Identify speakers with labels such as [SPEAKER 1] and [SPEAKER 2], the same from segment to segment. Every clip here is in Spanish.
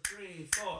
[SPEAKER 1] three, four.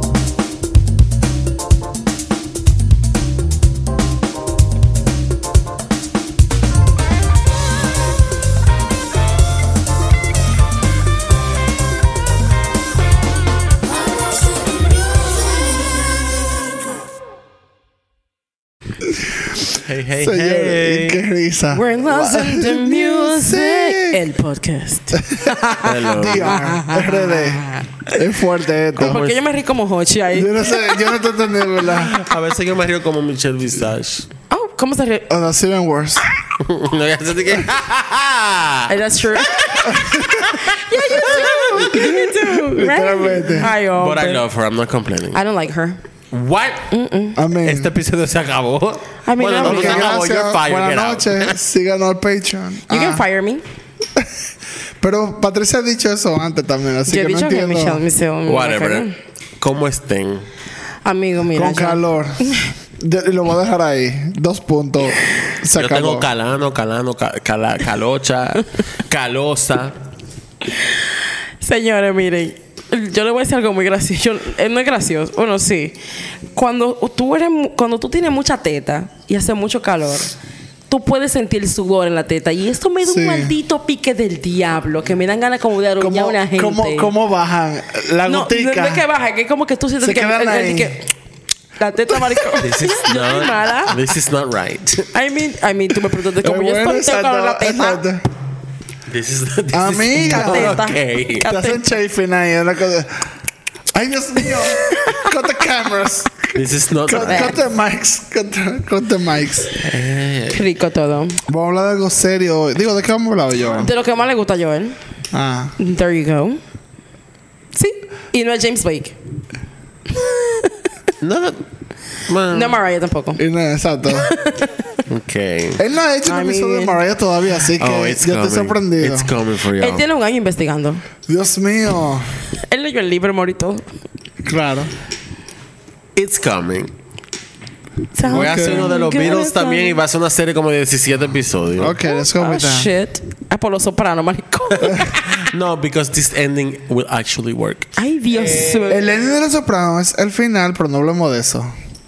[SPEAKER 2] Hey, hey,
[SPEAKER 3] Señores,
[SPEAKER 2] hey.
[SPEAKER 3] qué risa.
[SPEAKER 4] We're lost in the music. El podcast.
[SPEAKER 2] Hello.
[SPEAKER 3] DR, RD. Es fuerte esto.
[SPEAKER 4] Porque yo me rí como Hochi ahí.
[SPEAKER 3] Yo no sé, yo no te entendí, ¿verdad?
[SPEAKER 2] A veces yo me río como Michelle Visage.
[SPEAKER 4] Oh, ¿cómo se ríe?
[SPEAKER 3] O that's even worse.
[SPEAKER 2] No, ya se te que.
[SPEAKER 4] That's true. Yeah, you too. You too.
[SPEAKER 3] Literalmente.
[SPEAKER 4] Right? Ay,
[SPEAKER 2] But I
[SPEAKER 4] hombre.
[SPEAKER 2] love her. I'm not complaining.
[SPEAKER 4] I don't like her.
[SPEAKER 2] What?
[SPEAKER 3] I mean,
[SPEAKER 2] Este episodio se acabó.
[SPEAKER 4] I mean,
[SPEAKER 2] Bueno, no,
[SPEAKER 4] no,
[SPEAKER 2] no se
[SPEAKER 3] que
[SPEAKER 2] acabó. You're fired.
[SPEAKER 3] Buenas
[SPEAKER 2] Get out.
[SPEAKER 3] noches. Síganos al Patreon.
[SPEAKER 4] You can fire me.
[SPEAKER 3] Pero Patricia ha dicho eso antes también, así
[SPEAKER 4] Yo he
[SPEAKER 3] que no
[SPEAKER 4] dicho que
[SPEAKER 3] entiendo.
[SPEAKER 4] Michelle me
[SPEAKER 2] Whatever. ¿Cómo estén?
[SPEAKER 4] Amigo, mira.
[SPEAKER 3] Con
[SPEAKER 4] ya.
[SPEAKER 3] calor. Y lo voy a dejar ahí. 2 puntos. Se
[SPEAKER 2] Yo
[SPEAKER 3] acabó.
[SPEAKER 2] tengo calocha, calosa.
[SPEAKER 4] Señores, miren. Yo le voy a decir algo muy gracioso. No es gracioso. Bueno, sí. Cuando tú tienes mucha teta y hace mucho calor, tú puedes sentir el sudor en la teta. Y esto me da
[SPEAKER 3] Sí.
[SPEAKER 4] un maldito pique del diablo. Que me dan ganas como de arrullar a una gente.
[SPEAKER 3] ¿Cómo bajan? La
[SPEAKER 4] no,
[SPEAKER 3] gotica.
[SPEAKER 4] no es que baja, que es como que tú sientes
[SPEAKER 3] Se
[SPEAKER 4] que,
[SPEAKER 3] quedan ahí.
[SPEAKER 4] que la teta maricón.
[SPEAKER 2] This is
[SPEAKER 4] Yo soy mala.
[SPEAKER 2] not. This is not right.
[SPEAKER 4] I mean, tú me preguntaste como yo
[SPEAKER 3] Bueno,
[SPEAKER 4] estoy tengo calor en la teta.
[SPEAKER 3] exacto.
[SPEAKER 2] This is
[SPEAKER 3] Amiga.
[SPEAKER 2] not
[SPEAKER 4] Teta.
[SPEAKER 2] okay.
[SPEAKER 3] Te hacen chafing ahí. Una cosa. Ay, Dios mío. Cut the cameras.
[SPEAKER 2] This is not
[SPEAKER 3] Cut
[SPEAKER 2] right.
[SPEAKER 3] the mics. Cut the mics.
[SPEAKER 4] Qué rico todo.
[SPEAKER 3] Vamos a hablar de algo serio hoy. Digo, ¿de qué vamos a hablar hoy, Joel?
[SPEAKER 4] De lo que más le gusta a Joel.
[SPEAKER 3] Ah.
[SPEAKER 4] There you go. Sí. Y no es James Blake.
[SPEAKER 2] No. Bueno.
[SPEAKER 4] No es Mariah tampoco.
[SPEAKER 3] Y no, exacto.
[SPEAKER 2] Okay.
[SPEAKER 3] Él no ha hecho un
[SPEAKER 4] I
[SPEAKER 3] episodio de
[SPEAKER 4] mean-
[SPEAKER 3] Mariah todavía, así que
[SPEAKER 2] Oh,
[SPEAKER 3] yo
[SPEAKER 2] it's
[SPEAKER 3] estoy
[SPEAKER 2] coming.
[SPEAKER 3] sorprendido.
[SPEAKER 2] It's coming for
[SPEAKER 4] Él
[SPEAKER 2] y'all.
[SPEAKER 4] tiene un año investigando.
[SPEAKER 3] Dios mío.
[SPEAKER 4] Él leyó el libro, morito.
[SPEAKER 3] Claro.
[SPEAKER 2] It's coming. Voy a hacer uno de los Beatles también y va a ser una serie como de 17 episodios.
[SPEAKER 3] Ok, let's go
[SPEAKER 4] Oh,
[SPEAKER 3] with that.
[SPEAKER 4] shit. Ah, por los sopranos, maricón.
[SPEAKER 2] No, because this ending will actually work.
[SPEAKER 4] Ay, Dios mío.
[SPEAKER 3] El ending de Los Sopranos es el final, pero no hablemos de eso.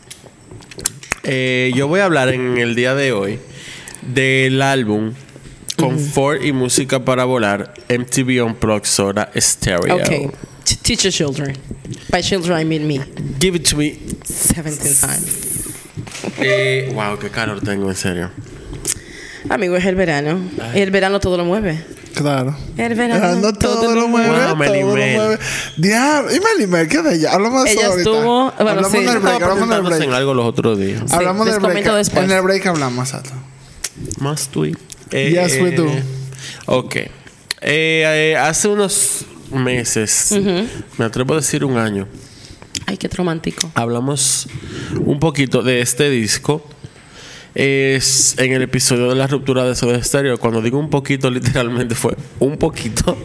[SPEAKER 2] Yo voy a hablar en el día de hoy del álbum Confort y Música para Volar, MTV Unplugged Soda Stereo.
[SPEAKER 4] Okay. Teach your children. By children, I mean me.
[SPEAKER 2] Give it to me.
[SPEAKER 4] 17 times.
[SPEAKER 2] Wow, qué calor tengo, en serio.
[SPEAKER 4] Amigo, es el verano. Y el verano todo lo mueve.
[SPEAKER 3] Claro.
[SPEAKER 4] El verano
[SPEAKER 3] No todo lo mueve.
[SPEAKER 2] Wow,
[SPEAKER 3] todo lo
[SPEAKER 2] Melimel.
[SPEAKER 3] mueve. Diablo. ¿Y Melimel? ¿Qué de ella? Hablamos de eso
[SPEAKER 4] Ella
[SPEAKER 3] ahorita.
[SPEAKER 4] estuvo- bueno,
[SPEAKER 3] Hablamos
[SPEAKER 4] sí.
[SPEAKER 3] del break.
[SPEAKER 2] Estaba
[SPEAKER 3] Hablamos del
[SPEAKER 2] preguntándose en
[SPEAKER 3] break.
[SPEAKER 2] algo los otros días.
[SPEAKER 4] Sí,
[SPEAKER 3] Hablamos
[SPEAKER 4] les
[SPEAKER 3] del break.
[SPEAKER 4] comento después.
[SPEAKER 3] En el break hablamos, exacto.
[SPEAKER 2] Must we?
[SPEAKER 3] Yes, we do.
[SPEAKER 2] Ok. Hace unos meses, me atrevo a decir un año,
[SPEAKER 4] Ay, qué romántico.
[SPEAKER 2] hablamos un poquito de este disco. Es en el episodio de la ruptura de Soda Stereo. Cuando digo un poquito, literalmente fue un poquito.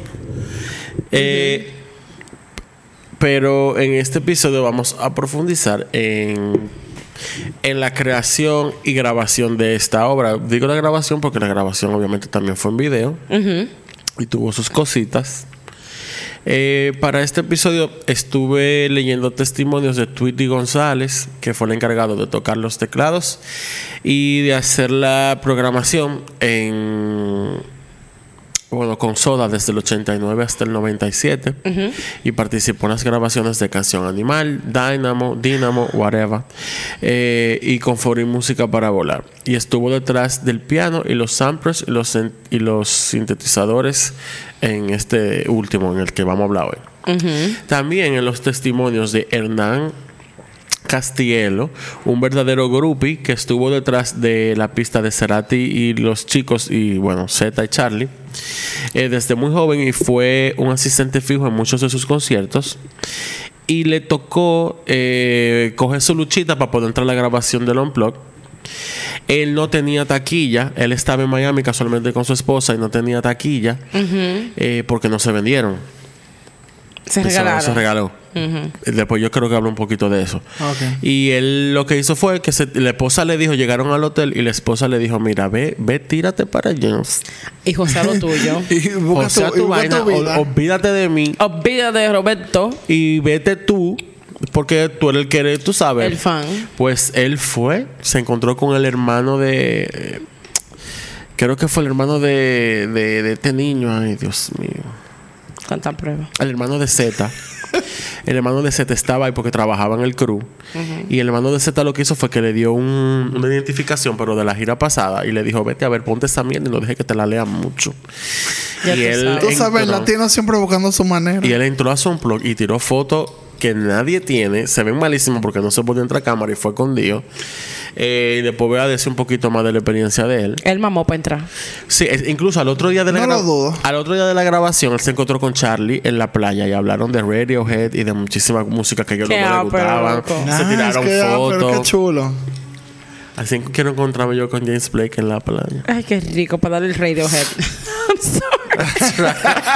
[SPEAKER 2] Pero en este episodio vamos a profundizar en la creación y grabación de esta obra. Digo la grabación porque la grabación obviamente también fue en video y tuvo sus cositas. Para este episodio estuve leyendo testimonios de Tweety González, que fue el encargado de tocar los teclados y de hacer la programación con Soda desde el 89 hasta el 97 y participó en las grabaciones de Canción Animal, Dynamo, whatever, y Confort y Música para Volar, y estuvo detrás del piano y los samplers y los sintetizadores en este último en el que vamos a hablar hoy. También en los testimonios de Hernán Castiello, un verdadero groupie que estuvo detrás de la pista de Cerati y los chicos, y bueno, Zeta y Charlie, desde muy joven, y fue un asistente fijo en muchos de sus conciertos, y le tocó coger su luchita para poder entrar a la grabación del Unplugged. Él no tenía taquilla, él estaba en Miami casualmente con su esposa y no tenía taquilla porque no se vendieron.
[SPEAKER 4] Se regalaron.
[SPEAKER 2] Se regaló. Después yo creo que hablo un poquito de eso.
[SPEAKER 3] Okay.
[SPEAKER 2] Y él lo que hizo fue que la esposa le dijo, llegaron al hotel y la esposa le dijo, mira, ve, tírate para allá.
[SPEAKER 4] Y José a lo tuyo.
[SPEAKER 3] Y busca
[SPEAKER 2] José,
[SPEAKER 3] tu,
[SPEAKER 2] tu
[SPEAKER 3] y busca
[SPEAKER 2] vaina,
[SPEAKER 3] tu vida.
[SPEAKER 2] olvídate de mí
[SPEAKER 4] Olvídate de Roberto,
[SPEAKER 2] y vete tú, porque tú eres el que eres, tú sabes.
[SPEAKER 4] el fan.
[SPEAKER 2] Pues él se encontró con el hermano de... creo que fue el hermano de este niño. Ay, Dios mío.
[SPEAKER 4] Cuánta prueba.
[SPEAKER 2] El hermano de Z. El hermano de Z estaba ahí porque trabajaba en el crew. Y el hermano de Z lo que hizo fue que le dio una identificación, pero de la gira pasada. Y le dijo, vete a ver, ponte esa mierda y no dejes que te la lean mucho.
[SPEAKER 4] Ya
[SPEAKER 2] Y él
[SPEAKER 3] Tú sabes, el latino siempre buscando su manera.
[SPEAKER 2] Y él entró a Sunplug y tiró fotos que nadie tiene. Se ven malísimos porque no se podía entrar a cámara y fue escondido. Y después voy a decir un poquito más de la experiencia de él.
[SPEAKER 4] Él mamó para entrar.
[SPEAKER 2] Sí, incluso al otro día de la
[SPEAKER 3] No lo dudo.
[SPEAKER 2] al otro día de la grabación él se encontró con Charlie en la playa y hablaron de Radiohead y de muchísima música que ellos
[SPEAKER 4] Qué
[SPEAKER 2] no les gustaban.
[SPEAKER 4] loco.
[SPEAKER 2] Se tiraron
[SPEAKER 3] Pero qué
[SPEAKER 2] fotos.
[SPEAKER 3] chulo.
[SPEAKER 2] Así que quiero encontrarme yo con James Blake en la playa.
[SPEAKER 4] Ay, qué rico para darle el Radiohead. I'm sorry.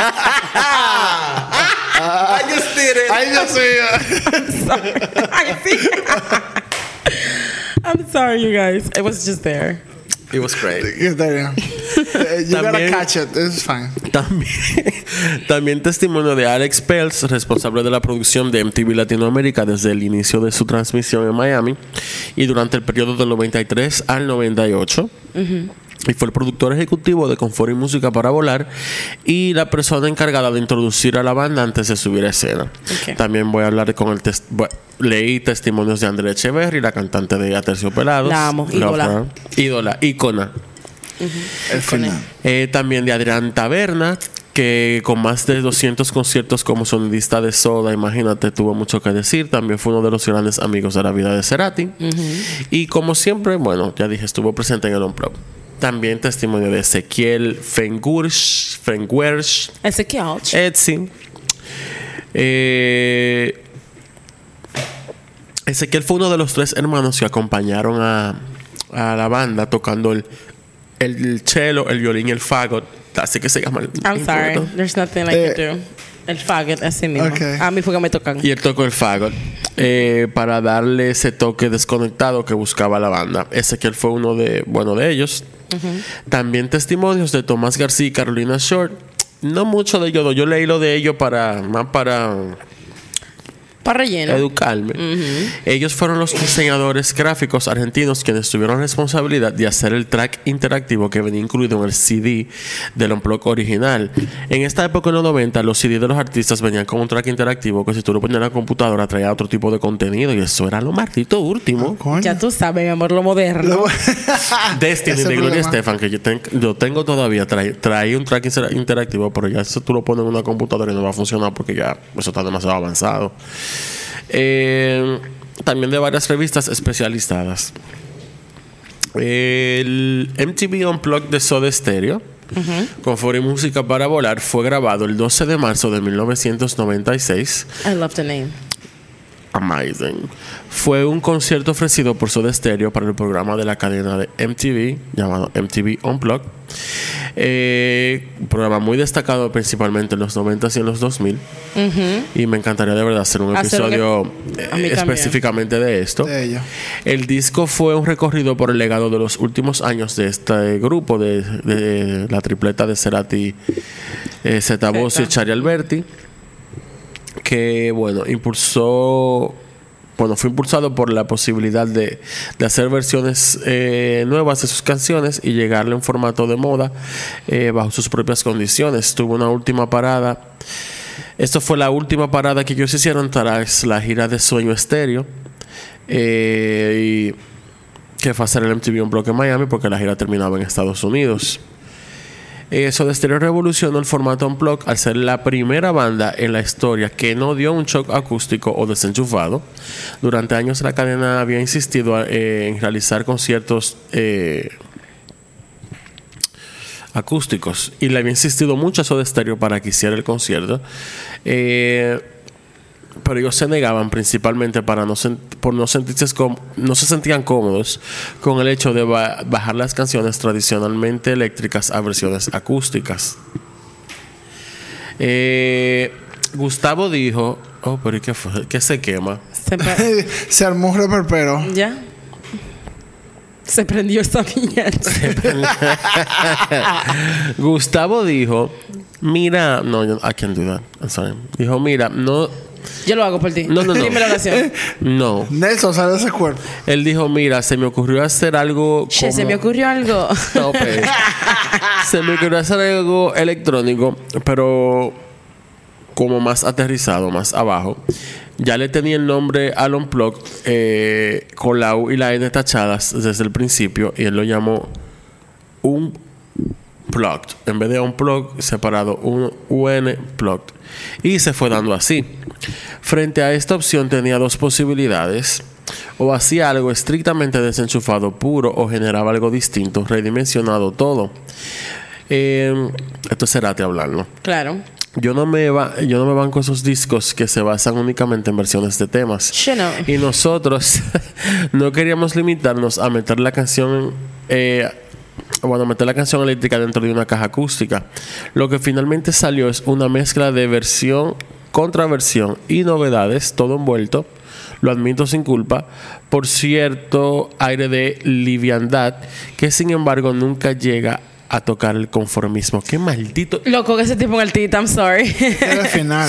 [SPEAKER 2] I just did it.
[SPEAKER 3] Ay, Dios mío.
[SPEAKER 4] Ay, sí. I'm sorry, you guys. It was just there.
[SPEAKER 2] It was great.
[SPEAKER 3] Está bien. You gotta
[SPEAKER 2] También-
[SPEAKER 3] catch it. It's fine.
[SPEAKER 2] También testimonio de Alex Peltz, responsable de la producción de MTV Latinoamérica desde el inicio de su transmisión en Miami y durante el periodo del 93 al 98. Y fue el productor ejecutivo de Confort y Música para Volar y la persona encargada de introducir a la banda antes de subir a escena.
[SPEAKER 4] Ok.
[SPEAKER 2] También voy a hablar con leí testimonios de Andrea Echeverry, la cantante de Aterciopelados.
[SPEAKER 4] La amo, ídola.
[SPEAKER 2] Ícona.
[SPEAKER 3] El final.
[SPEAKER 2] También de Adrián Taberna, que con más de 200 conciertos como sonidista de Soda, imagínate, tuvo mucho que decir. También fue uno de los grandes amigos de la vida de Cerati. Y como siempre, bueno, ya dije, estuvo presente en el Unplugged. También testimonio de Ezequiel Fenwersh,
[SPEAKER 4] Ezequiel.
[SPEAKER 2] Etsy. Ezequiel fue uno de los 3 hermanos que acompañaron a la banda tocando el cello, el violín y el fagot. Así que se llama el
[SPEAKER 4] I'm sorry.
[SPEAKER 2] instrumento.
[SPEAKER 4] There's nothing I can do. El faggot, así mismo.
[SPEAKER 3] Okay.
[SPEAKER 4] A mí fue que me tocan.
[SPEAKER 2] Y él tocó el fagot para darle ese toque desconectado que buscaba la banda. Ezequiel fue uno de ellos. También testimonios de Tomás García y Carolina Short. No mucho de ellos. Yo leí lo de ellos para
[SPEAKER 4] relleno.
[SPEAKER 2] educarme. Ellos fueron los diseñadores gráficos argentinos quienes tuvieron responsabilidad de hacer el track interactivo que venía incluido en el CD del Unplugged original. En esta época, en los 90, los CD de los artistas venían con un track interactivo que si tú lo ponías en la computadora traía otro tipo de contenido y eso era lo maldito último.
[SPEAKER 3] Coño.
[SPEAKER 4] Ya tú sabes, mi amor, lo moderno.
[SPEAKER 2] Destiny
[SPEAKER 3] Ese
[SPEAKER 2] de Gloria
[SPEAKER 3] problema.
[SPEAKER 2] Estefan, que yo tengo todavía, trae un track interactivo, pero ya eso tú lo pones en una computadora y no va a funcionar porque ya eso está demasiado avanzado. También de varias revistas especializadas. El MTV Unplugged de Soda Stereo, Confort y Música para Volar, fue grabado el 12 de marzo de 1996.
[SPEAKER 4] I love the name.
[SPEAKER 2] Amazing. Fue un concierto ofrecido por Soda Stereo para el programa de la cadena de MTV llamado MTV Unplugged. Un programa muy destacado principalmente en los 90s y en los 2000. Y me encantaría de verdad hacer un episodio
[SPEAKER 4] A mí también.
[SPEAKER 2] específicamente de esto.
[SPEAKER 3] De ello.
[SPEAKER 2] El disco fue un recorrido por el legado de los últimos años de este grupo, de la tripleta de Cerati, Zeta Bosio y Charlie Alberti, que fue impulsado por la posibilidad de hacer versiones nuevas de sus canciones y llegarle a un formato de moda bajo sus propias condiciones. Tuvo una última parada. Esto fue la última parada que ellos hicieron tras la gira de Sueño Estéreo, y que fue a hacer el MTV Unplugged en Miami porque la gira terminaba en Estados Unidos. Soda Stereo revolucionó el formato Unplugged al ser la primera banda en la historia que no dio un shock acústico o desenchufado. Durante años la cadena había insistido en realizar conciertos acústicos y le había insistido mucho a Soda Stereo para que hiciera el concierto. Pero ellos se negaban principalmente por no se sentían cómodos con el hecho de bajar las canciones tradicionalmente eléctricas a versiones acústicas. Gustavo dijo... Oh, pero ¿y qué fue? ¿Qué se quema?
[SPEAKER 3] Se armó un reperpero.
[SPEAKER 4] ¿Ya? Se prendió esta mierda.
[SPEAKER 2] Gustavo dijo... Mira... No, I can't do that. I'm sorry. Dijo, mira, no...
[SPEAKER 4] Yo lo hago por ti.
[SPEAKER 2] No.
[SPEAKER 4] Dime la oración.
[SPEAKER 2] No.
[SPEAKER 3] Nelson, sale de ese cuerpo.
[SPEAKER 2] Él dijo, mira, se me ocurrió hacer algo
[SPEAKER 4] Che, se me ocurrió algo.
[SPEAKER 2] No, pues. Se me ocurrió hacer algo electrónico, pero como más aterrizado, más abajo. Ya le tenía el nombre al Unplugged con la U y la N tachadas desde el principio y él lo llamó Unplugged. En vez de Unplugged, separado Unplugged. Y se fue dando así. Frente a esta opción tenía dos posibilidades. O hacía algo estrictamente desenchufado puro o generaba algo distinto, redimensionado todo. Esto es Cerati hablando.
[SPEAKER 4] Claro.
[SPEAKER 2] Yo no me banco esos discos que se basan únicamente en versiones de temas.
[SPEAKER 4] No.
[SPEAKER 2] Y nosotros no queríamos limitarnos a meter la canción meter la canción eléctrica dentro de una caja acústica. Lo que finalmente salió es una mezcla de versión, contraversión y novedades, todo envuelto, lo admito sin culpa, por cierto aire de liviandad que sin embargo nunca llega a tocar el conformismo. Qué maldito...
[SPEAKER 4] Loco, que ese tipo en el tita, I'm sorry.
[SPEAKER 3] Era el final.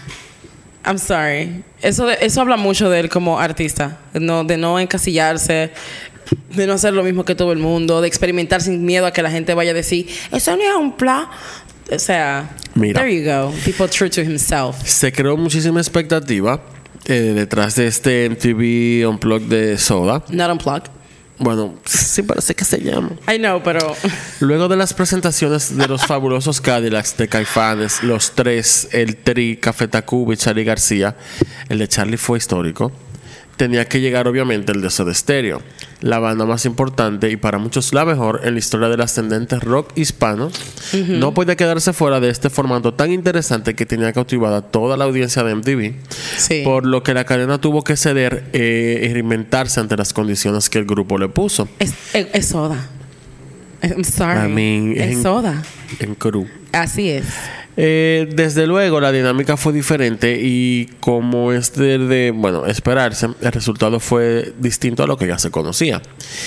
[SPEAKER 4] I'm sorry. Eso habla mucho de él como artista. De no encasillarse, de no hacer lo mismo que todo el mundo, de experimentar sin miedo a que la gente vaya a decir, eso no es un plan. O sea,
[SPEAKER 2] mira,
[SPEAKER 4] there you go. People true to himself.
[SPEAKER 2] Se creó muchísima expectativa detrás de este MTV Unplugged de Soda.
[SPEAKER 4] Not Unplugged.
[SPEAKER 2] Bueno, sí parece que se llama.
[SPEAKER 4] I know, pero...
[SPEAKER 2] Luego de las presentaciones de los fabulosos Cadillacs de Caifanes, los tres, el Tri, Café Tacuba y Charly García, el de Charly fue histórico. Tenía que llegar obviamente el de Soda Stereo, la banda más importante y para muchos la mejor en la historia del ascendente rock hispano. No podía quedarse fuera de este formato tan interesante que tenía cautivada a toda la audiencia de MTV.
[SPEAKER 4] Sí.
[SPEAKER 2] Por lo que la cadena tuvo que ceder y reinventarse ante las condiciones que el grupo le puso.
[SPEAKER 4] Es Soda. I'm sorry.
[SPEAKER 2] I mean,
[SPEAKER 4] es Soda.
[SPEAKER 2] En Crew.
[SPEAKER 4] Así es.
[SPEAKER 2] Desde luego la dinámica fue diferente y como es de esperarse, el resultado fue distinto a lo que ya se conocía.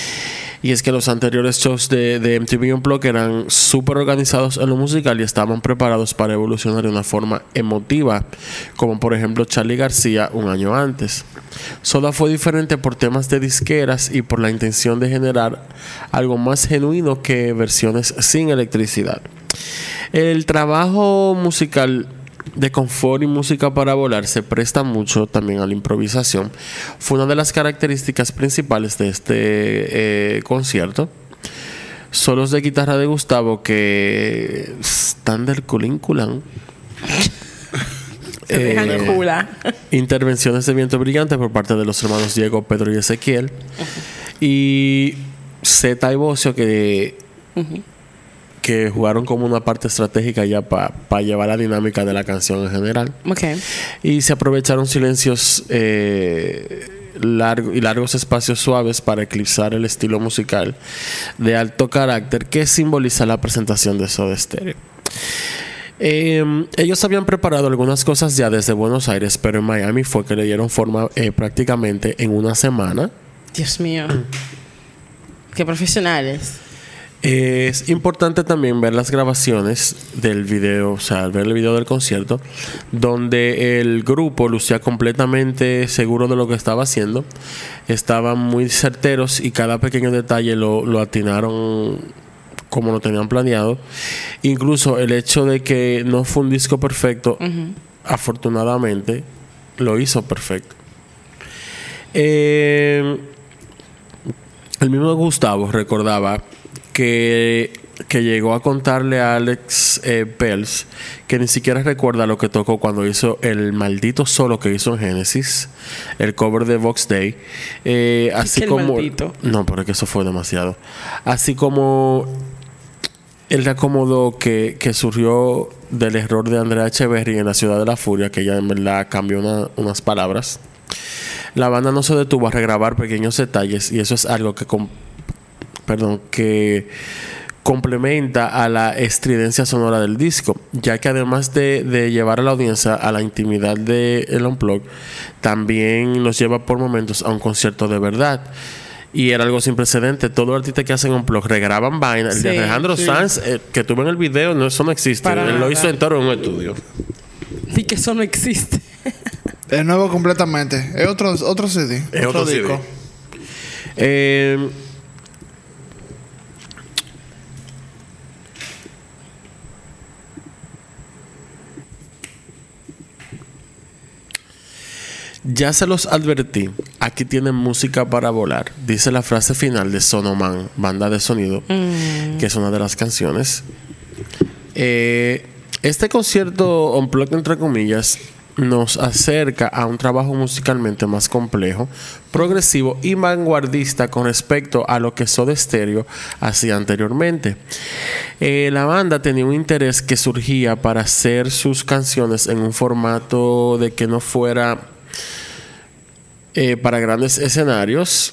[SPEAKER 2] Y es que los anteriores shows de MTV Unplugged eran súper organizados en lo musical y estaban preparados para evolucionar de una forma emotiva, como por ejemplo Charly García un año antes. Soda fue diferente por temas de disqueras y por la intención de generar algo más genuino que versiones sin electricidad. El trabajo musical de confort y música para volar se presta mucho también a la improvisación. Fue una de las características principales de este concierto. Solos de guitarra de Gustavo que están del culínculan. Intervenciones de viento brillante por parte de los hermanos Diego, Pedro y Ezequiel. Y Zeta y Bocio que jugaron como una parte estratégica ya para llevar la dinámica de la canción en general.
[SPEAKER 4] Okay.
[SPEAKER 2] Y se aprovecharon silencios largos espacios suaves para eclipsar el estilo musical de alto carácter que simboliza la presentación de Soda Stereo. Ellos habían preparado algunas cosas ya desde Buenos Aires, pero en Miami fue que le dieron forma prácticamente en una semana.
[SPEAKER 4] Dios mío. Qué profesionales.
[SPEAKER 2] Es importante también ver las grabaciones del video, o sea, ver el video del concierto, donde el grupo lucía completamente seguro de lo que estaba haciendo. Estaban muy certeros y cada pequeño detalle lo atinaron como lo tenían planeado. Incluso el hecho de que no fue un disco perfecto, afortunadamente, lo hizo perfecto. El mismo Gustavo recordaba que llegó a contarle a Alex Peltz que ni siquiera recuerda lo que tocó cuando hizo el maldito solo que hizo en Genesis, el cover de Vox Day, así como
[SPEAKER 4] maldito.
[SPEAKER 2] No, pero es que eso fue demasiado. Así como el reacomodo que surgió del error de Andrea Echeverry en La Ciudad de la Furia, que ella en verdad cambió unas palabras. La banda no se detuvo a regrabar pequeños detalles y eso es algo que complementa a la estridencia sonora del disco, ya que además de llevar a la audiencia a la intimidad del Unplugged, también los lleva por momentos a un concierto de verdad. Y era algo sin precedente. Todos los artistas que hacen Unplugged regraban vainas. El de Alejandro Sanz, que tuve en el video, no, eso no existe. Él lo hizo entero en un estudio.
[SPEAKER 4] Y que eso no existe.
[SPEAKER 3] Es nuevo completamente. Es otro CD.
[SPEAKER 2] Es otro
[SPEAKER 3] disco.
[SPEAKER 2] CD. Ya se los advertí, aquí tienen música para volar, dice la frase final de Sonoman, banda de sonido, que es una de las canciones. Este concierto Unplugged, entre comillas, nos acerca a un trabajo musicalmente más complejo, progresivo y vanguardista con respecto a lo que Soda Stereo hacía anteriormente. La banda tenía un interés que surgía para hacer sus canciones en un formato de que no fuera para grandes escenarios,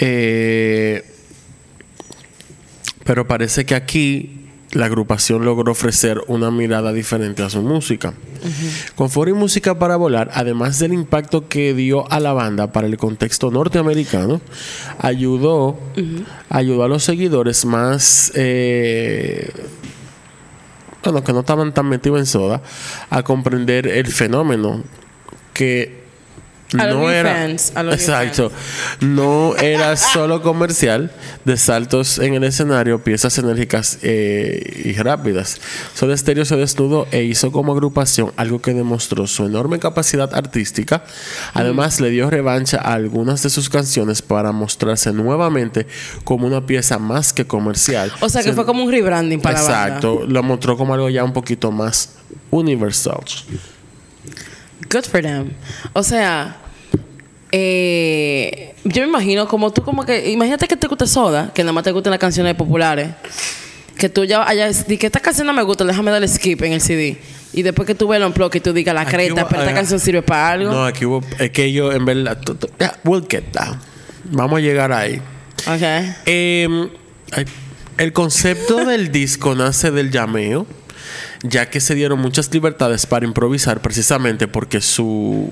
[SPEAKER 2] pero parece que aquí la agrupación logró ofrecer una mirada diferente a su música. Con Foro y Música para Volar, además del impacto que dio a la banda para el contexto norteamericano, ayudó a los seguidores más que no estaban tan metidos en Soda, a comprender el fenómeno que no era exacto, no era solo comercial, de saltos en el escenario, piezas enérgicas y rápidas. Soda Stereo se desnudó e hizo como agrupación algo que demostró su enorme capacidad artística. Además, le dio revancha a algunas de sus canciones para mostrarse nuevamente como una pieza más que comercial.
[SPEAKER 4] O sea, que fue como un rebranding para la banda.
[SPEAKER 2] Exacto, lo mostró como algo ya un poquito más universal.
[SPEAKER 4] Good for them. O sea, yo me imagino como tú, como que imagínate que te guste Soda, que nada más te gusten las canciones populares, que tú ya hayas di que esta canción no me gusta, déjame darle skip en el CD, y después que tú ves el Unplugged y tú digas la creta, pero esta canción sirve para algo.
[SPEAKER 2] No, aquí hubo, es que yo en verdad we'll get down. Vamos a llegar ahí.
[SPEAKER 4] Okay.
[SPEAKER 2] El concepto del disco nace del llameo, ya que se dieron muchas libertades para improvisar, precisamente porque su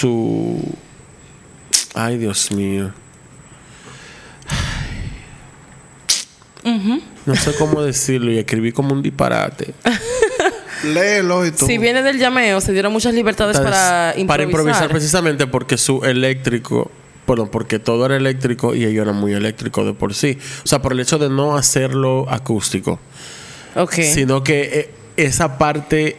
[SPEAKER 2] ay, Dios mío. No sé cómo decirlo y escribí como un disparate.
[SPEAKER 3] Léelo y tú.
[SPEAKER 4] Si viene del llameo, se dieron muchas libertades para improvisar.
[SPEAKER 2] Para improvisar, precisamente porque su eléctrico, perdón, porque todo era eléctrico y ellos eran muy eléctricos de por sí. O sea, por el hecho de no hacerlo acústico.
[SPEAKER 4] Okay.
[SPEAKER 2] Sino que esa parte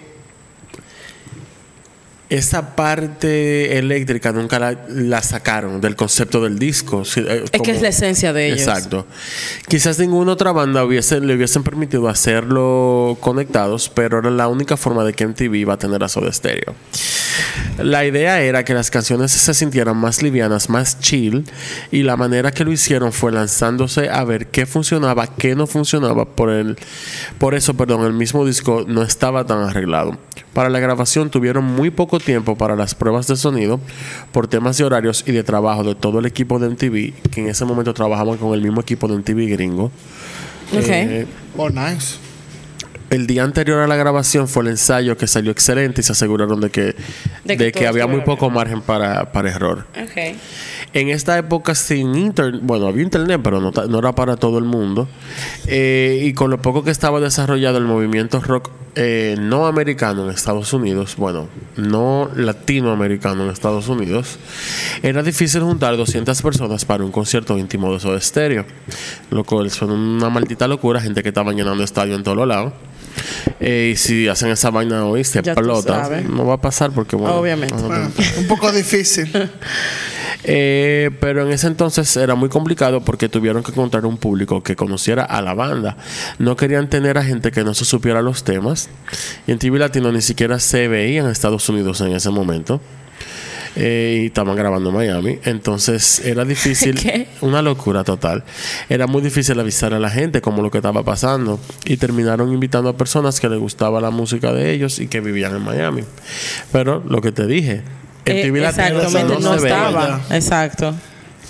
[SPEAKER 2] eléctrica nunca la sacaron del concepto del disco.
[SPEAKER 4] Es que es la esencia de ellos.
[SPEAKER 2] Exacto. Quizás ninguna otra banda le hubiesen permitido hacerlo conectados, pero era la única forma de que MTV iba a tener a Soda Stereo. La idea era que las canciones se sintieran más livianas, más chill, y la manera que lo hicieron fue lanzándose a ver qué funcionaba, qué no funcionaba. Por eso, el mismo disco no estaba tan arreglado. Para la grabación tuvieron muy poco tiempo para las pruebas de sonido por temas de horarios y de trabajo de todo el equipo de MTV, que en ese momento trabajaban con el mismo equipo de MTV gringo.
[SPEAKER 4] Okay.
[SPEAKER 3] Nice.
[SPEAKER 2] El día anterior a la grabación fue el ensayo, que salió excelente, y se aseguraron de que había muy poco margen para error.
[SPEAKER 4] Okay.
[SPEAKER 2] En esta época sin internet, bueno, había internet, pero no era para todo el mundo. Y con lo poco que estaba desarrollado el movimiento rock no americano en Estados Unidos, bueno, no latinoamericano en Estados Unidos, era difícil juntar 200 personas para un concierto íntimo de Soda Stereo. Lo cual fue una maldita locura, gente que estaba llenando estadio en todos los lados. Y si hacen esa vaina hoy, se explota. No va a pasar porque, bueno,
[SPEAKER 4] obviamente.
[SPEAKER 3] Un poco difícil.
[SPEAKER 2] Pero en ese entonces era muy complicado porque tuvieron que encontrar un público que conociera a la banda. No querían tener a gente que no se supiera los temas. Y en TV Latino ni siquiera se veía en Estados Unidos en ese momento. Y estaban grabando en Miami. Entonces era difícil.
[SPEAKER 4] ¿Qué?
[SPEAKER 2] Una locura total. Era muy difícil avisar a la gente como lo que estaba pasando. Y terminaron invitando a personas que les gustaba la música de ellos y que vivían en Miami. Pero lo que te dije, en TV Latino
[SPEAKER 4] exactamente, no
[SPEAKER 2] se
[SPEAKER 4] estaba.
[SPEAKER 2] veía.
[SPEAKER 4] Exacto.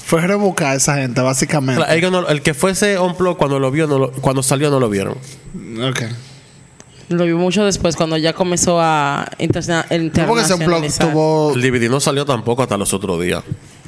[SPEAKER 3] Fue rebuscar a esa gente, básicamente.
[SPEAKER 2] Claro, ellos no- el que fuese Unplugged cuando lo vio, cuando salió no lo vieron.
[SPEAKER 3] Ok.
[SPEAKER 4] Lo vi mucho después, cuando ya comenzó a
[SPEAKER 3] No porque ese Unplugged
[SPEAKER 4] internacionalizar.
[SPEAKER 3] tuvo...
[SPEAKER 2] El DVD no salió tampoco hasta los otros días.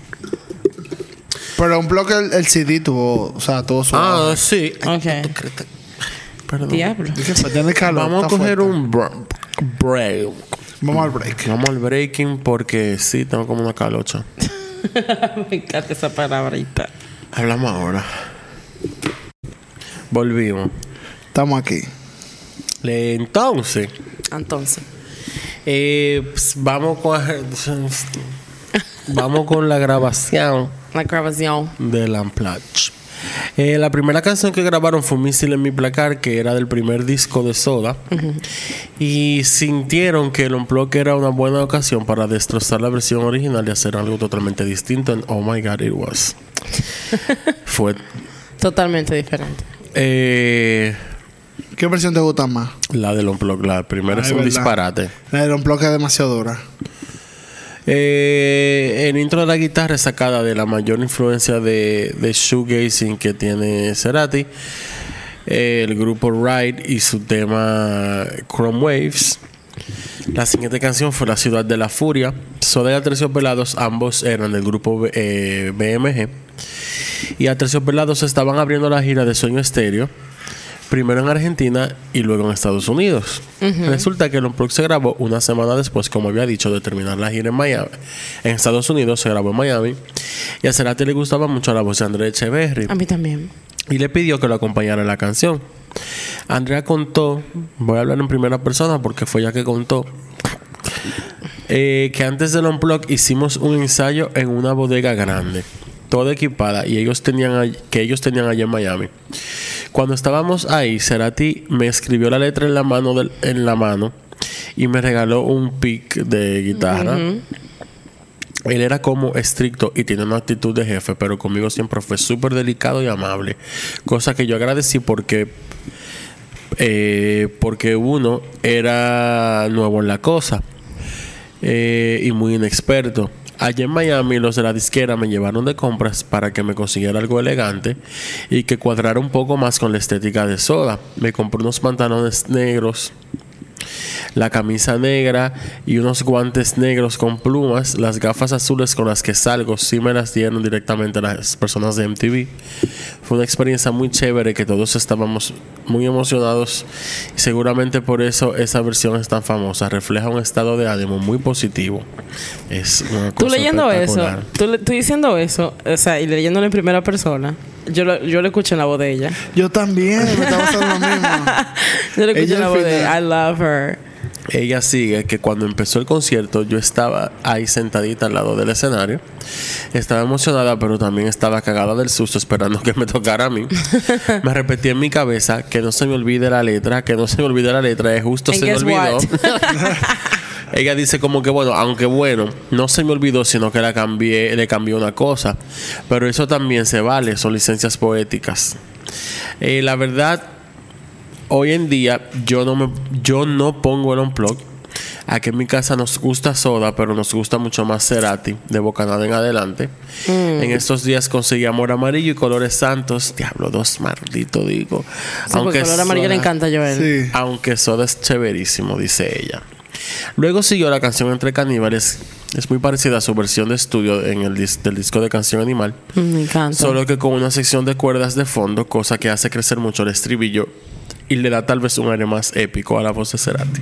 [SPEAKER 3] Pero Unplugged el CD tuvo... O sea, tuvo su...
[SPEAKER 2] Ah, sí.
[SPEAKER 4] Ok.
[SPEAKER 2] Perdón.
[SPEAKER 4] Diablo.
[SPEAKER 3] ¿Y qué fue? Tiene calor.
[SPEAKER 2] Vamos a
[SPEAKER 3] está
[SPEAKER 2] coger
[SPEAKER 3] fuerte.
[SPEAKER 2] un break.
[SPEAKER 3] Vamos al break.
[SPEAKER 2] Vamos al breaking porque sí, tengo como una calocha.
[SPEAKER 4] Me encanta esa palabrita.
[SPEAKER 2] Hablamos ahora. Volvimos.
[SPEAKER 3] Estamos aquí.
[SPEAKER 2] Entonces,
[SPEAKER 4] Entonces.
[SPEAKER 2] pues, vamos con la grabación
[SPEAKER 4] La grabación.
[SPEAKER 2] del Unplugged. La primera canción que grabaron fue Missile en mi placar, que era del primer disco de Soda. Y sintieron que el Unplugged era una buena ocasión para destrozar la versión original y hacer algo totalmente distinto. And oh my God, it was. Fue
[SPEAKER 4] Totalmente diferente.
[SPEAKER 3] ¿Qué versión te gusta más?
[SPEAKER 2] la del Unplugged. La primera es un
[SPEAKER 3] verdad.
[SPEAKER 2] disparate.
[SPEAKER 3] La del Unplugged es demasiado dura.
[SPEAKER 2] El intro de la guitarra es sacada de la mayor influencia de shoegazing que tiene Cerati, el grupo Ride y su tema Chrome Waves. La siguiente canción fue La Ciudad de la Furia. Soda y Aterciopelados, ambos eran del grupo BMG. Y Aterciopelados estaban abriendo la gira de Sueño Estéreo, primero en Argentina y luego en Estados Unidos. Resulta que el Unplugged se grabó una semana después, como había dicho, de terminar la gira en Miami. En Estados Unidos se grabó en Miami. Y a Cerati le gustaba mucho la voz de Andrea Echeverry.
[SPEAKER 4] A mí también.
[SPEAKER 2] Y le pidió que lo acompañara en la canción. Andrea contó, voy a hablar en primera persona porque fue ella que contó, que antes del Unplugged hicimos un ensayo en una bodega grande, toda equipada, y ellos tenían allá en Miami. Cuando estábamos ahí, Cerati me escribió la letra en la mano y me regaló un pick de guitarra. Él era como estricto y tiene una actitud de jefe, pero conmigo siempre fue súper delicado y amable. Cosa que yo agradecí porque uno era nuevo en la cosa y muy inexperto. Allá en Miami, los de la disquera me llevaron de compras para que me consiguiera algo elegante y que cuadrara un poco más con la estética de Soda. Me compré unos pantalones negros, la camisa negra y unos guantes negros con plumas. Las gafas azules con las que salgo sí me las dieron directamente las personas de MTV. Fue una experiencia muy chévere que todos estábamos muy emocionados y seguramente por eso esa versión es tan famosa. Refleja un estado de ánimo muy positivo. Es una cosa
[SPEAKER 4] Tú leyendo eso,
[SPEAKER 2] espectacular.
[SPEAKER 4] tú diciendo eso, o sea, y leyéndolo en primera persona, yo lo escuché en la voz de ella.
[SPEAKER 3] Yo también. Me estaba pasando lo mismo.
[SPEAKER 4] Yo lo escuché
[SPEAKER 3] Ella
[SPEAKER 4] en la
[SPEAKER 3] al
[SPEAKER 4] voz de
[SPEAKER 3] final.
[SPEAKER 4] ella. I love her.
[SPEAKER 2] Ella sigue que cuando empezó el concierto yo estaba ahí sentadita al lado del escenario. Estaba emocionada, pero también estaba cagada del susto esperando que me tocara a mí. Me repetí en mi cabeza que no se me olvide la letra, y justo
[SPEAKER 4] And
[SPEAKER 2] se me
[SPEAKER 4] guess
[SPEAKER 2] olvidó.
[SPEAKER 4] what?
[SPEAKER 2] Ella dice como que aunque no se me olvidó, sino que le cambié una cosa. Pero eso también se vale, son licencias poéticas. La verdad, hoy en día yo no pongo el Unplugged. Aquí en mi casa nos gusta Soda, pero nos gusta mucho más Cerati, de Bocanada en adelante. En estos días conseguí Amor Amarillo y Colores Santos. Diablo, dos malditos, digo.
[SPEAKER 4] Sí, porque el color amarillo le encanta a Joel.
[SPEAKER 3] Sí.
[SPEAKER 2] Aunque Soda es chéverísimo, dice ella. Luego siguió la canción Entre Caníbales. Es muy parecida a su versión de estudio del disco de Canción Animal.
[SPEAKER 4] Me encanta.
[SPEAKER 2] Solo que con una sección de cuerdas de fondo, cosa que hace crecer mucho el estribillo y le da tal vez un aire más épico a la voz de Cerati.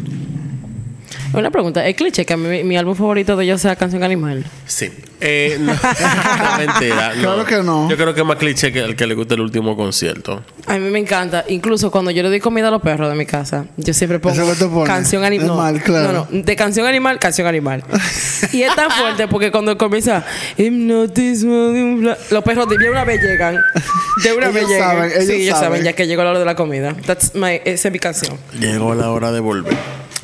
[SPEAKER 4] Una pregunta, ¿es cliché que a mí mi álbum favorito de ellos sea Canción Animal?
[SPEAKER 2] Sí. No, no, mentira. No.
[SPEAKER 3] Claro que no.
[SPEAKER 2] Yo creo que es más cliché que el que le gusta el último concierto.
[SPEAKER 4] A mí me encanta. Incluso cuando yo le doy comida a los perros de mi casa, yo siempre pongo
[SPEAKER 3] ¿Eso que tú pones?
[SPEAKER 4] Canción Animal.
[SPEAKER 3] Animal, claro.
[SPEAKER 4] No, de Canción Animal, Canción Animal. Y es tan fuerte porque cuando comienza hipnotismo de un los perros de una vez llegan. De una vez
[SPEAKER 3] Ellos
[SPEAKER 4] llegan.
[SPEAKER 3] saben, ellos
[SPEAKER 4] sí, ellos saben
[SPEAKER 3] saben.
[SPEAKER 4] ya que llegó la hora de la comida. Esa es mi canción.
[SPEAKER 2] Llegó la hora de volver.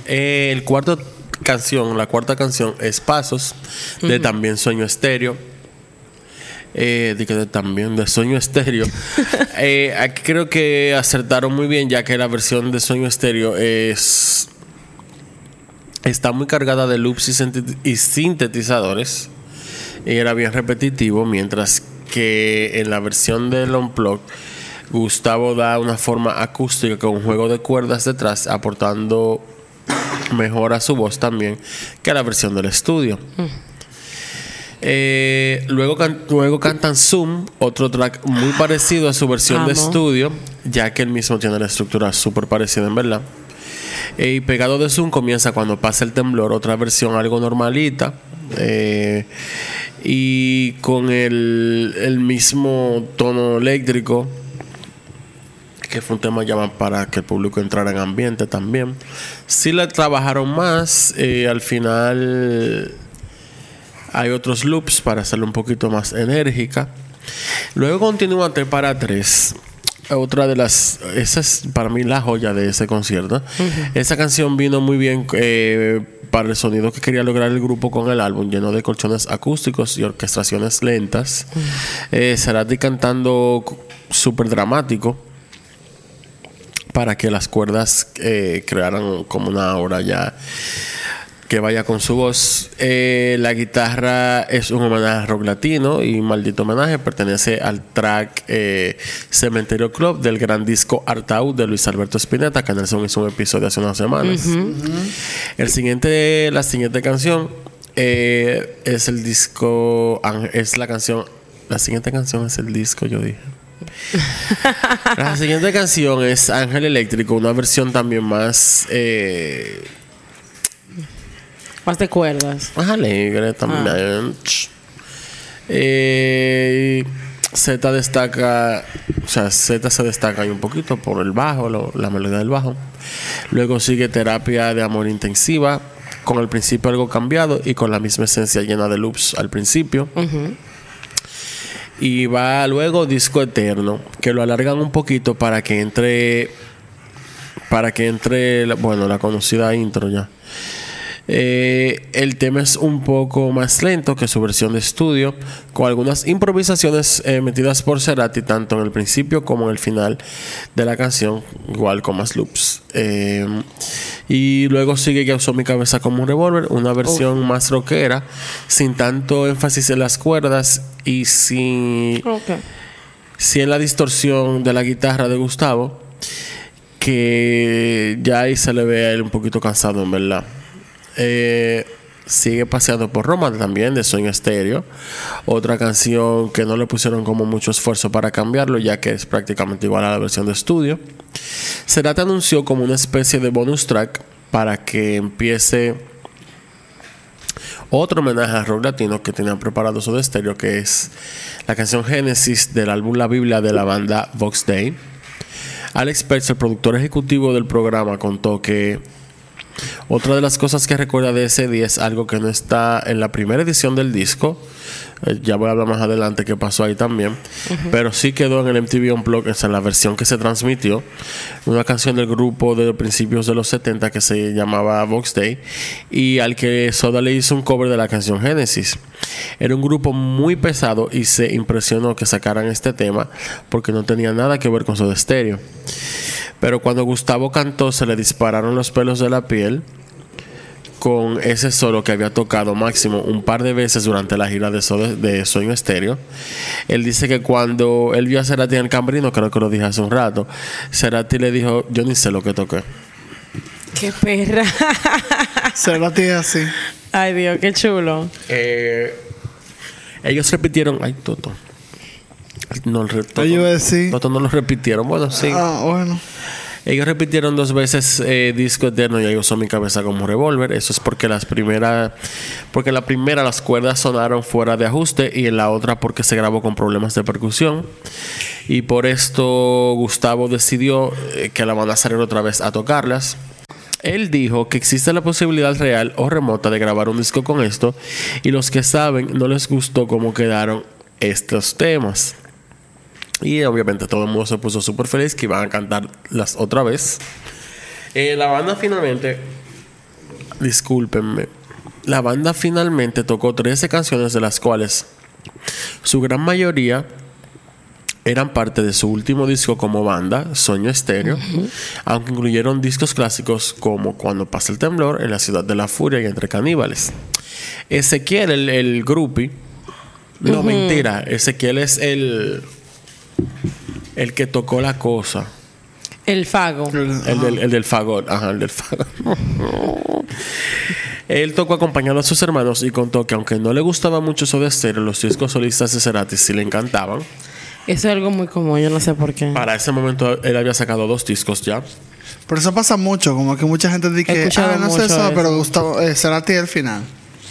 [SPEAKER 2] La cuarta canción es Pasos, de también Sueño Estéreo. De Sueño Estéreo. Aquí creo que acertaron muy bien, ya que la versión de Sueño Estéreo está muy cargada de loops y sintetizadores. Y era bien repetitivo, mientras que en la versión del Unplugged Gustavo da una forma acústica con un juego de cuerdas detrás, aportando mejor a su voz también que la versión del estudio. Luego cantan Zoom, otro track muy parecido a su versión de estudio, ya que el mismo tiene la estructura súper parecida en verdad. Y pegado de Zoom comienza Cuando pasa el temblor, otra versión algo normalita, y con el mismo tono eléctrico, que fue un tema ya para que el público entrara en ambiente también. Sí le trabajaron más, al final hay otros loops para hacerlo un poquito más enérgica. Luego continúa 3 para 3. Otra de las... Esa es para mí la joya de ese concierto. Esa canción vino muy bien para el sonido que quería lograr el grupo con el álbum, lleno de colchones acústicos y orquestaciones lentas. Cerati cantando súper dramático para que las cuerdas crearan como una aura ya que vaya con su voz. La guitarra es un homenaje a rock latino, y maldito homenaje, pertenece al track Cementerio Club del gran disco Artaud de Luis Alberto Spinetta, que Nelson hizo un episodio hace unas semanas. La siguiente canción es el disco, es la canción, la siguiente canción es el disco, yo dije. La siguiente canción es Ángel Eléctrico, una versión también más
[SPEAKER 4] de cuerdas,
[SPEAKER 2] más alegre también. Z destaca, o sea, Z se destaca ahí un poquito por el bajo, la melodía del bajo. Luego sigue Terapia de Amor Intensiva, con el principio algo cambiado y con la misma esencia llena de loops al principio. Y va luego Disco Eterno, que lo alargan un poquito para que entre la conocida intro ya. El tema es un poco más lento que su versión de estudio, con algunas improvisaciones metidas por Cerati tanto en el principio como en el final de la canción, igual con más loops. Y luego sigue Ya usó mi cabeza como un revólver, una versión más rockera, sin tanto énfasis en las cuerdas y sí en la distorsión de la guitarra de Gustavo, que ya ahí se le ve a él un poquito cansado, en verdad. Sigue Paseando por Roma, también de Soda Stereo, otra canción que no le pusieron como mucho esfuerzo para cambiarlo, ya que es prácticamente igual a la versión de estudio. Cerati anunció como una especie de bonus track para que empiece otro homenaje a rock latino que tenían preparado Soda Stereo, que es la canción Génesis del álbum La Biblia de la banda Vox Day. Alex Pertz, el productor ejecutivo del programa, contó que otra de las cosas que recuerda de ese día es algo que no está en la primera edición del disco. Ya voy a hablar más adelante qué pasó ahí también. Pero sí quedó en el MTV Unplugged, esa es la versión que se transmitió. Una canción del grupo de principios de los 70 que se llamaba Vox Day, y al que Soda le hizo un cover de la canción Génesis. Era un grupo muy pesado y se impresionó que sacaran este tema porque no tenía nada que ver con Soda Stereo. Pero cuando Gustavo cantó, se le dispararon los pelos de la piel con ese solo que había tocado máximo un par de veces durante la gira de Soda Stereo. Él dice que cuando él vio a Cerati en el camerino, creo que lo dije hace un rato, Cerati le dijo: yo ni sé lo que toqué.
[SPEAKER 4] ¡Qué perra!
[SPEAKER 3] Cerati es así.
[SPEAKER 4] Ay, Dios, qué chulo.
[SPEAKER 2] Ellos repitieron... Ay, Toto. No,
[SPEAKER 3] Toto, yo iba a decir...
[SPEAKER 2] Toto no lo repitieron. Bueno, sí.
[SPEAKER 3] Bueno.
[SPEAKER 2] Ellos repitieron 2 veces Disco Eterno y Ya usó mi cabeza como revólver. Eso es porque en la primera las cuerdas sonaron fuera de ajuste, y en la otra porque se grabó con problemas de percusión. Y por esto Gustavo decidió que la van a salir otra vez a tocarlas. Él dijo que existe la posibilidad real o remota de grabar un disco con esto, y los que saben no les gustó cómo quedaron estos temas. Y obviamente todo el mundo se puso súper feliz que iban a cantarlas otra vez. La banda finalmente... Discúlpenme. La banda finalmente tocó 13 canciones, de las cuales su gran mayoría eran parte de su último disco como banda, Sueño Estéreo, aunque incluyeron discos clásicos como Cuando pasa el temblor, En la ciudad de la furia y Entre caníbales. Ezequiel, el groupie, No, mentira. Ezequiel es el que tocó la cosa.
[SPEAKER 4] El fago.
[SPEAKER 2] El del fagot. Ajá, el del fagot. Él tocó acompañado a sus hermanos y contó que aunque no le gustaba mucho Soda Stereo, los discos solistas de Cerati sí le encantaban.
[SPEAKER 4] Eso es algo muy común, yo no sé por qué.
[SPEAKER 2] Para ese momento él había sacado 2 discos ya.
[SPEAKER 3] Pero eso pasa mucho, como que mucha gente dice que no sé eso, pero Gustavo Cerati al final.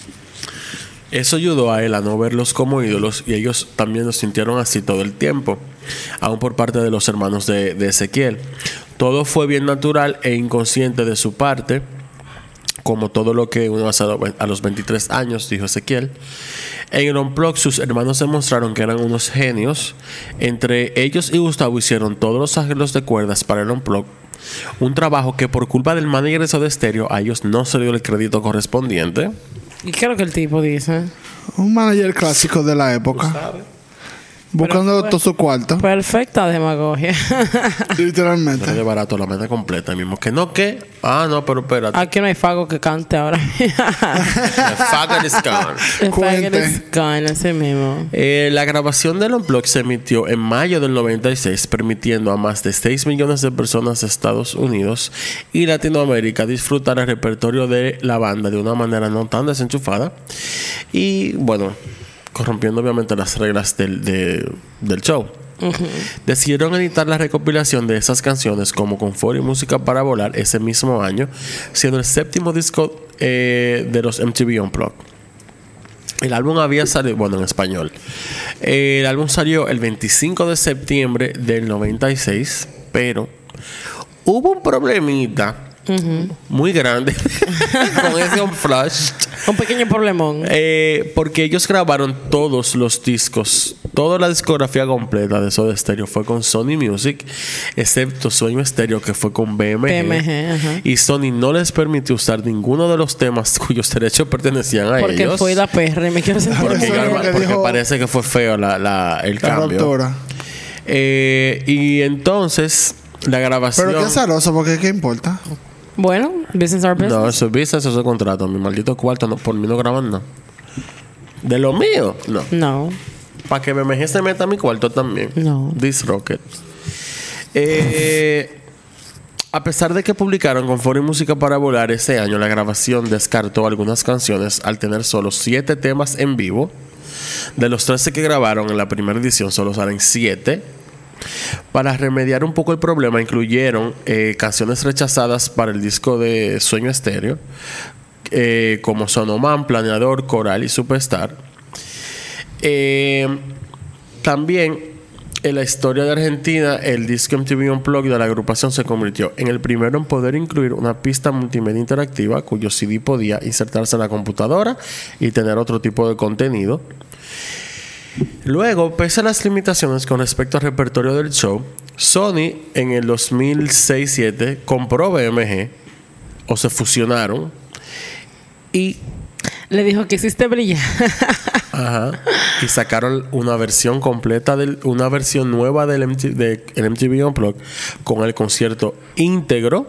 [SPEAKER 2] Eso ayudó a él a no verlos como ídolos y ellos también lo sintieron así todo el tiempo, aún por parte de los hermanos de Ezequiel. Todo fue bien natural e inconsciente de su parte, como todo lo que uno hace a los 23 años, dijo Ezequiel. En el Unplugged sus hermanos demostraron que eran unos genios. Entre ellos y Gustavo hicieron todos los arreglos de cuerdas para el Unplugged, un trabajo que por culpa del manager de Soda Stereo a ellos no se dio el crédito correspondiente.
[SPEAKER 4] ¿Y qué es lo que el tipo dice?
[SPEAKER 3] Un manager clásico de la época. Buscando todo su cuarto.
[SPEAKER 4] Perfecta demagogia.
[SPEAKER 3] Literalmente.
[SPEAKER 2] Pero de barato la mente completa mismo. Que no, que. Ah, no, pero espérate.
[SPEAKER 4] Aquí no hay fago que cante ahora.
[SPEAKER 2] The faggot is gone.
[SPEAKER 4] El fagot is gone, ese mismo.
[SPEAKER 2] La grabación del Unplugged se emitió en mayo del 96, permitiendo a más de 6 millones de personas de Estados Unidos y Latinoamérica disfrutar el repertorio de la banda de una manera no tan desenchufada. Y bueno, corrompiendo obviamente las reglas del show. Decidieron editar la recopilación de esas canciones como Confort y Música para Volar ese mismo año, siendo el 7º disco de los MTV Unplugged. El álbum había salido, bueno, en español. El álbum salió el 25 de septiembre del 96, pero hubo un problemita muy grande con ese Unplugged.
[SPEAKER 4] Un pequeño problemón.
[SPEAKER 2] Porque ellos grabaron todos los discos, toda la discografía completa de Soda Stereo fue con Sony Music, excepto Sueño Stereo, que fue con BMG. Y Sony no les permitió usar ninguno de los temas cuyos derechos pertenecían a ellos.
[SPEAKER 4] Porque fue la PR, me quiero sentir.
[SPEAKER 2] Porque parece que fue feo el cambio. Y entonces la grabación.
[SPEAKER 3] Pero qué azaroso, porque ¿qué importa?
[SPEAKER 4] Bueno, business are business.
[SPEAKER 2] No, eso es business, eso es contrato. Mi maldito cuarto, no, por mí no graban nada. ¿De lo mío? No.
[SPEAKER 4] No.
[SPEAKER 2] Para que BMG se meta a mi cuarto también.
[SPEAKER 4] No.
[SPEAKER 2] This Rocket. A pesar de que publicaron Confort y Música para Volar ese año, la grabación descartó algunas canciones al tener solo 7 temas en vivo. De los 13 que grabaron en la primera edición, solo salen 7. Para remediar un poco el problema, incluyeron canciones rechazadas para el disco de Sueño Stereo, como Sonoman, Planeador, Coral y Superstar. También en la historia de Argentina, el disco MTV Unplugged de la agrupación se convirtió en el primero en poder incluir una pista multimedia interactiva cuyo CD podía insertarse en la computadora y tener otro tipo de contenido. Luego, pese a las limitaciones con respecto al repertorio del show, Sony en el 2006-07 compró BMG, o se fusionaron, y
[SPEAKER 4] le dijo que hiciste brillar.
[SPEAKER 2] y sacaron una versión completa, una versión nueva del MTV Unplugged con el concierto íntegro,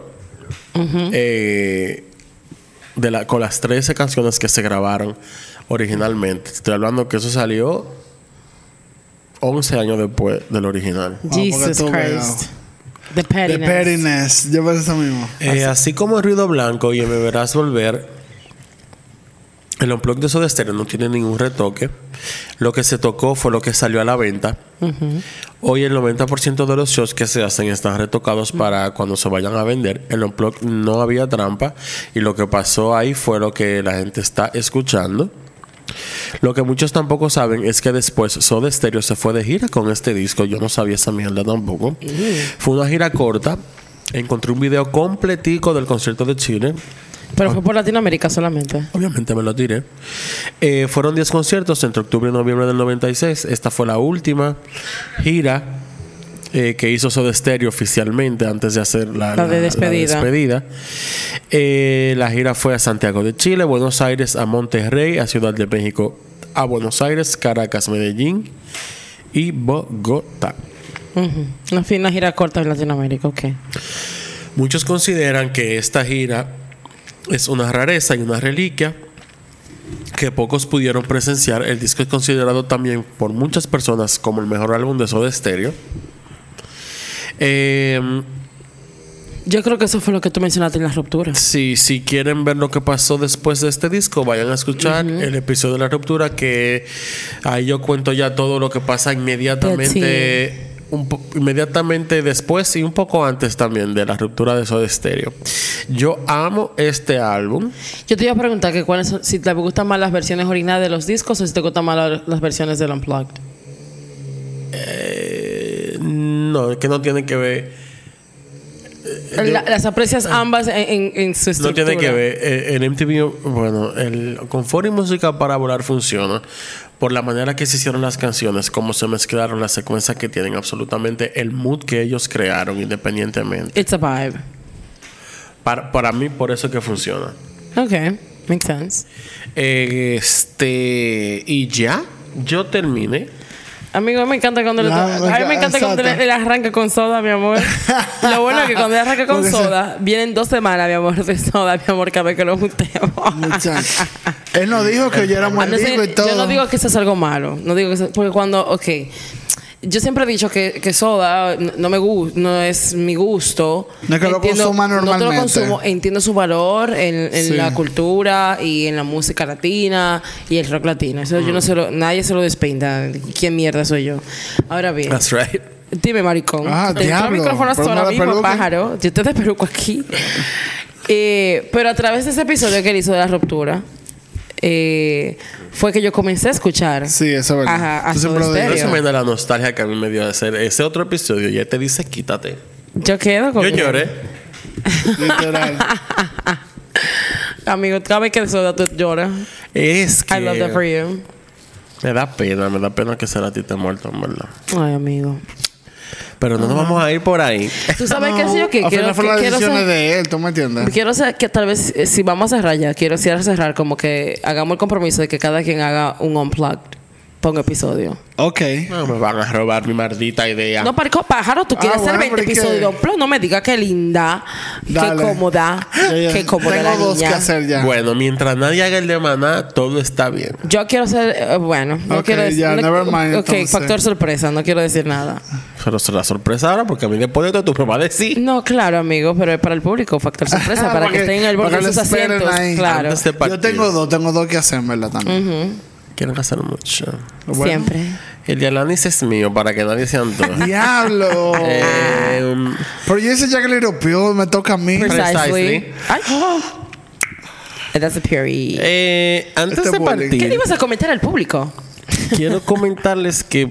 [SPEAKER 2] con las 13 canciones que se grabaron originalmente. Estoy hablando que eso salió 11 años después del original.
[SPEAKER 4] Jesus Christ. The pettiness.
[SPEAKER 3] Yo pensé eso mismo.
[SPEAKER 2] Así como el Ruido Blanco y Me Verás Volver, el Unplugged de Soda Stereo no tiene ningún retoque. Lo que se tocó fue lo que salió a la venta. Hoy el 90% de los shows que se hacen están retocados para cuando se vayan a vender. En el Unplugged no había trampa y lo que pasó ahí fue lo que la gente está escuchando. Lo que muchos tampoco saben es que después Soda Stereo se fue de gira con este disco. Yo no sabía esa mierda tampoco. Fue una gira corta. Encontré un video completico del concierto de Chile.
[SPEAKER 4] Pero fue por Latinoamérica solamente.
[SPEAKER 2] Obviamente me lo tiré. Fueron 10 conciertos entre octubre y noviembre del 96. Esta fue la última gira que hizo Soda Stereo oficialmente antes de hacer la despedida. La gira fue a Santiago de Chile, Buenos Aires, a Monterrey, a Ciudad de México, a Buenos Aires, Caracas, Medellín y Bogotá.
[SPEAKER 4] Una gira corta en Latinoamérica, ok.
[SPEAKER 2] Muchos consideran que esta gira es una rareza y una reliquia que pocos pudieron presenciar, el disco es considerado también por muchas personas como el mejor álbum de Soda Stereo.
[SPEAKER 4] Yo creo que eso fue lo que tú mencionaste en La Ruptura.
[SPEAKER 2] Sí, si quieren ver lo que pasó después de este disco, vayan a escuchar el episodio de La Ruptura, que ahí yo cuento ya todo lo que pasa inmediatamente, inmediatamente después y un poco antes también de La Ruptura de Soda Stereo. Yo amo este álbum.
[SPEAKER 4] Yo te iba a preguntar que cuáles son, si te gustan más las versiones originales de los discos o si te gustan más las versiones del Unplugged.
[SPEAKER 2] No, que no tiene que ver.
[SPEAKER 4] Las aprecias ambas en su estructura.
[SPEAKER 2] No tiene que ver. El MTV, bueno, el Confort y Música para Volar funciona por la manera que se hicieron las canciones, cómo se mezclaron las secuencias que tienen, absolutamente el mood que ellos crearon independientemente.
[SPEAKER 4] It's a vibe.
[SPEAKER 2] Para mí, por eso que funciona.
[SPEAKER 4] Okay, makes sense.
[SPEAKER 2] Y ya, yo terminé.
[SPEAKER 4] Amigo, me encanta cuando cuando él arranca con Soda, mi amor. Lo bueno es que cuando él arranca con Soda, vienen 2 semanas, mi amor, de Soda, mi amor, cada vez que lo juntemos.
[SPEAKER 3] Él no dijo que yo era maldito y todo.
[SPEAKER 4] Yo no digo que eso es algo malo. No digo que eso, porque cuando, yo siempre he dicho que Soda no me gusta, no es mi gusto.
[SPEAKER 3] No es que lo consuma normalmente.
[SPEAKER 4] No lo consumo, entiendo su valor en la cultura y en la música latina y el rock latino. Eso yo no nadie se lo despinta. ¿Quién mierda soy yo? Ahora bien.
[SPEAKER 2] That's right.
[SPEAKER 4] Dime, maricón.
[SPEAKER 3] Te entró
[SPEAKER 4] el micrófono ahora mismo, pájaro. Yo te desperuco aquí. Pero a través de ese episodio que él hizo de La Ruptura, fue que yo comencé a escuchar.
[SPEAKER 3] Sí, eso es verdad.
[SPEAKER 4] Ajá, a Soda Stereo.
[SPEAKER 2] Eso me da la nostalgia que a mí me dio de hacer ese otro episodio. Y él te dice, quítate.
[SPEAKER 4] Yo quedo con
[SPEAKER 2] Yo lloré.
[SPEAKER 3] Literal.
[SPEAKER 4] Amigo, cada vez que Soda tú lloras.
[SPEAKER 2] Es que
[SPEAKER 4] I love that for you.
[SPEAKER 2] me da pena que sea a ti te muerto, en verdad.
[SPEAKER 4] Ay, amigo.
[SPEAKER 2] Pero no nos vamos a ir por ahí.
[SPEAKER 4] ¿Tú sabes qué es yo? Que
[SPEAKER 3] al
[SPEAKER 4] quiero
[SPEAKER 3] final fue las
[SPEAKER 4] quiero
[SPEAKER 3] decisiones
[SPEAKER 4] ser,
[SPEAKER 3] de él, ¿tú me entiendes?
[SPEAKER 4] quiero ser que tal vez, si vamos a cerrar ya, quiero cerrar como que hagamos el compromiso de que cada quien haga un unplugged por un episodio.
[SPEAKER 3] Ok.
[SPEAKER 2] No me van a robar mi maldita idea.
[SPEAKER 4] No, pájaro, tú quieres hacer 20 episodios de unplugged. No me digas qué linda,
[SPEAKER 3] Dale.
[SPEAKER 4] qué cómoda,
[SPEAKER 3] Ya.
[SPEAKER 4] qué cómoda la
[SPEAKER 3] Tengo 2 que
[SPEAKER 4] niña.
[SPEAKER 3] hacer ya.
[SPEAKER 2] Bueno, mientras nadie haga el de Maná, todo está bien.
[SPEAKER 4] Yo quiero ser, bueno, no
[SPEAKER 3] Ok,
[SPEAKER 4] quiero decir.
[SPEAKER 3] ya, never mind,
[SPEAKER 4] Ok,
[SPEAKER 3] entonces.
[SPEAKER 4] factor sorpresa, no quiero decir nada.
[SPEAKER 2] Pero será sorpresa ahora, porque a mí después de todo tú me vas a decir.
[SPEAKER 4] No, claro, amigo, pero es para el público, factor sorpresa, para que estén en el borde de
[SPEAKER 3] para que
[SPEAKER 4] sus
[SPEAKER 3] lo esperen
[SPEAKER 4] asientos.
[SPEAKER 3] ahí.
[SPEAKER 4] Claro.
[SPEAKER 2] Antes de partir.
[SPEAKER 3] Yo tengo dos que hacer, en verdad, también.
[SPEAKER 2] Quieren hacer mucho.
[SPEAKER 3] Bueno.
[SPEAKER 4] Siempre.
[SPEAKER 2] El de Alanis es mío, para que nadie se antoje.
[SPEAKER 3] ¡Diablo! Pero yo hice Jack Little Pill, me toca a mí.
[SPEAKER 2] Precisely.
[SPEAKER 4] Ay. That's a period.
[SPEAKER 2] Antes
[SPEAKER 3] Este
[SPEAKER 2] de
[SPEAKER 3] bullying.
[SPEAKER 2] partir,
[SPEAKER 4] ¿Qué le ibas a comentar al público?
[SPEAKER 2] quiero comentarles que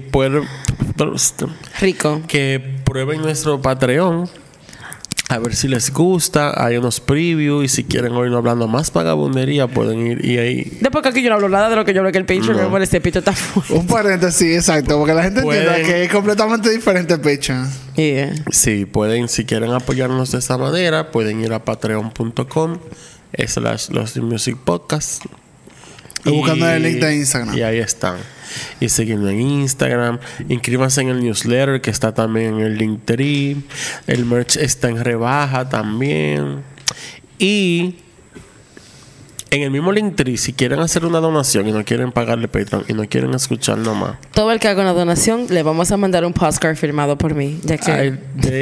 [SPEAKER 4] Rico.
[SPEAKER 2] prueben nuestro Patreon. A ver si les gusta. Hay unos previews. Y si quieren oírnos hablando más vagabundería, pueden ir y ahí.
[SPEAKER 4] Después que aquí yo no hablo nada de lo que yo hablo que el Patreon, mi amor, este pito está fuerte.
[SPEAKER 3] Un paréntesis, exacto, porque la gente entienda
[SPEAKER 2] Pueden-
[SPEAKER 3] que es completamente diferente el Patreon.
[SPEAKER 4] Yeah.
[SPEAKER 2] Sí, pueden, si quieren apoyarnos de esa manera, pueden ir a patreon.com/Los Music Podcast.
[SPEAKER 3] Estoy buscando el link de Instagram.
[SPEAKER 2] Y ahí están. Y seguirnos en Instagram. Inscríbanse en el newsletter que está también en el Linktree. El merch está en rebaja también. Y en el mismo Linktree, si quieren hacer una donación y no quieren pagarle Patreon y no quieren escuchar nomás.
[SPEAKER 4] Todo el que haga una donación, le vamos a mandar un postcard firmado por mí, ya que...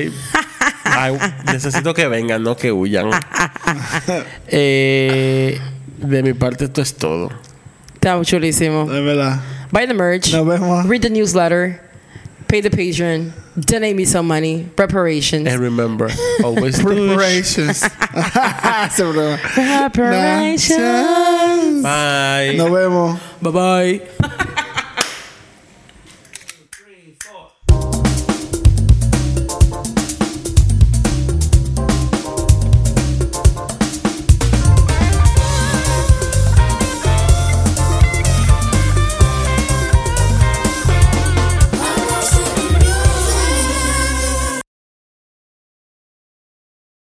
[SPEAKER 2] Necesito que vengan, no que huyan. De mi parte, esto es todo.
[SPEAKER 4] Está chulísimo.
[SPEAKER 3] De verdad.
[SPEAKER 4] Buy the merch.
[SPEAKER 3] Nos vemos.
[SPEAKER 4] Read the newsletter. Pay the Patreon. Donate me some money. Preparations.
[SPEAKER 2] And remember, always
[SPEAKER 3] Preparations. Ese broma.
[SPEAKER 4] Preparations.
[SPEAKER 2] Bye.
[SPEAKER 3] Nos vemos.
[SPEAKER 4] Bye bye.